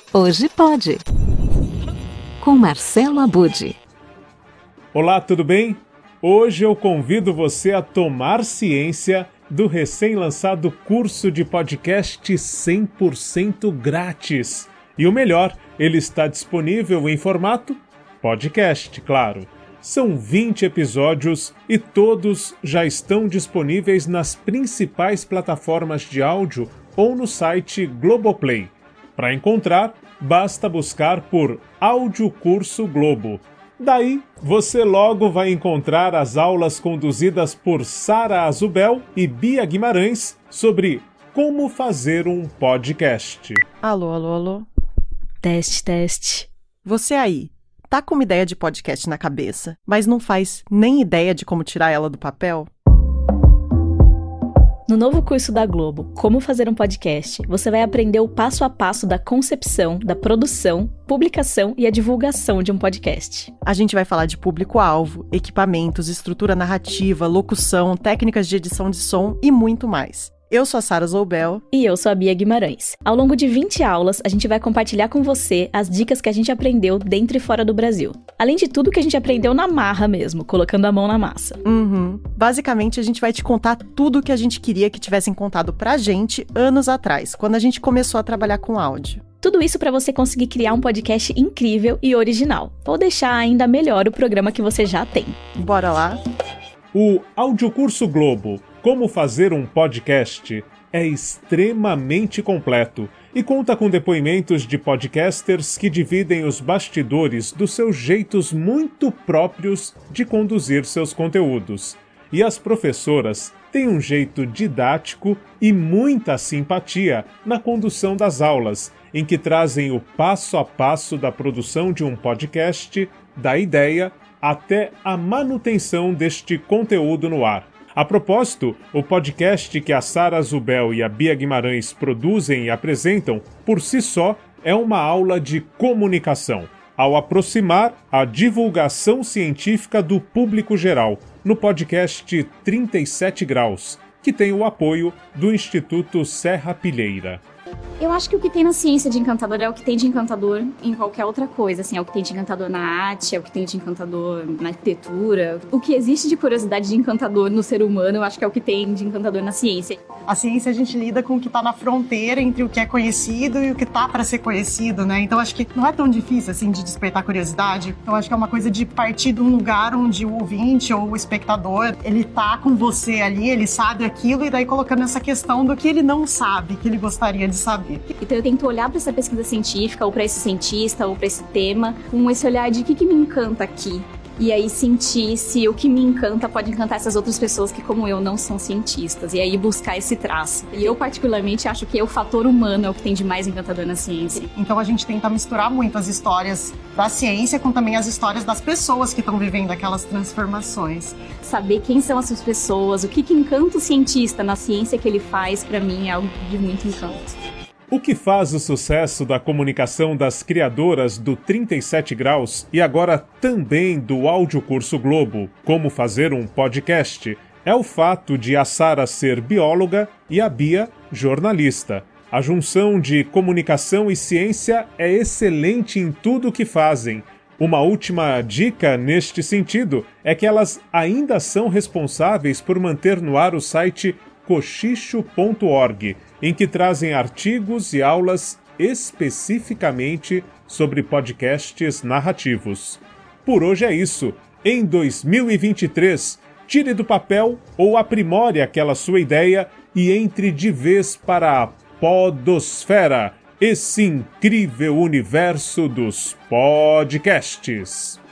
Hoje Pode, com Marcelo Abud. Olá, tudo bem? Hoje eu convido você a tomar ciência do recém-lançado curso de podcast 100% grátis. E o melhor, ele está disponível em formato podcast, claro. São 20 episódios e todos já estão disponíveis nas principais plataformas de áudio ou no site Globoplay. Para encontrar, basta buscar por Áudio Curso Globo. Daí, você logo vai encontrar as aulas conduzidas por Sara Azubel e Bia Guimarães sobre como fazer um podcast. Alô. Teste. Você aí, tá com uma ideia de podcast na cabeça, mas não faz nem ideia de como tirar ela do papel? No novo curso da Globo, Como Fazer um Podcast, você vai aprender o passo a passo da concepção, da produção, publicação e a divulgação de um podcast. A gente vai falar de público-alvo, equipamentos, estrutura narrativa, locução, técnicas de edição de som e muito mais. Eu sou a Sara Azubel. E eu sou a Bia Guimarães. Ao longo de 20 aulas, a gente vai compartilhar com você as dicas que a gente aprendeu dentro e fora do Brasil. Além de tudo que a gente aprendeu na marra mesmo, colocando a mão na massa. Basicamente, a gente vai te contar tudo o que a gente queria que tivessem contado pra gente anos atrás, quando a gente começou a trabalhar com áudio. Tudo isso para você conseguir criar um podcast incrível e original, ou deixar ainda melhor o programa que você já tem. Bora lá? O Audiocurso Globo, Como Fazer um Podcast, é extremamente completo e conta com depoimentos de podcasters que dividem os bastidores dos seus jeitos muito próprios de conduzir seus conteúdos. E as professoras têm um jeito didático e muita simpatia na condução das aulas, em que trazem o passo a passo da produção de um podcast, da ideia até a manutenção deste conteúdo no ar. A propósito, o podcast que a Sara Azubel e a Bia Guimarães produzem e apresentam, por si só, é uma aula de comunicação, ao aproximar a divulgação científica do público geral, no podcast 37 Graus, que tem o apoio do Instituto Serra Pilheira. Eu acho que o que tem na ciência de encantador é o que tem de encantador em qualquer outra coisa, assim, é o que tem de encantador na arte, é o que tem de encantador na arquitetura. O que existe de curiosidade de encantador no ser humano, eu acho que é o que tem de encantador na ciência. A ciência a gente lida com o que está na fronteira entre o que é conhecido e o que está para ser conhecido, né? Então acho que não é tão difícil assim de despertar curiosidade. Eu acho que é uma coisa de partir de um lugar onde o ouvinte ou o espectador, ele tá com você ali, ele sabe aquilo e daí colocando essa questão do que ele não sabe, que ele gostaria de saber. Então eu tento olhar para essa pesquisa científica ou para esse cientista ou para esse tema com esse olhar de o que me encanta aqui. E aí sentir se o que me encanta pode encantar essas outras pessoas que, como eu, não são cientistas. E aí buscar esse traço. E eu, particularmente, acho que o fator humano é o que tem de mais encantador na ciência. Então a gente tenta misturar muito as histórias da ciência com também as histórias das pessoas que estão vivendo aquelas transformações. Saber quem são essas pessoas, o que encanta o cientista na ciência que ele faz, para mim, é algo de muito encanto. O que faz o sucesso da comunicação das criadoras do 37 Graus e agora também do Audiocurso Globo, Como Fazer um Podcast, é o fato de a Sara ser bióloga e a Bia jornalista. A junção de comunicação e ciência é excelente em tudo o que fazem. Uma última dica neste sentido é que elas ainda são responsáveis por manter no ar o site cochicho.org, em que trazem artigos e aulas especificamente sobre podcasts narrativos. Por hoje é isso. Em 2023, tire do papel ou aprimore aquela sua ideia e entre de vez para a podosfera, esse incrível universo dos podcasts.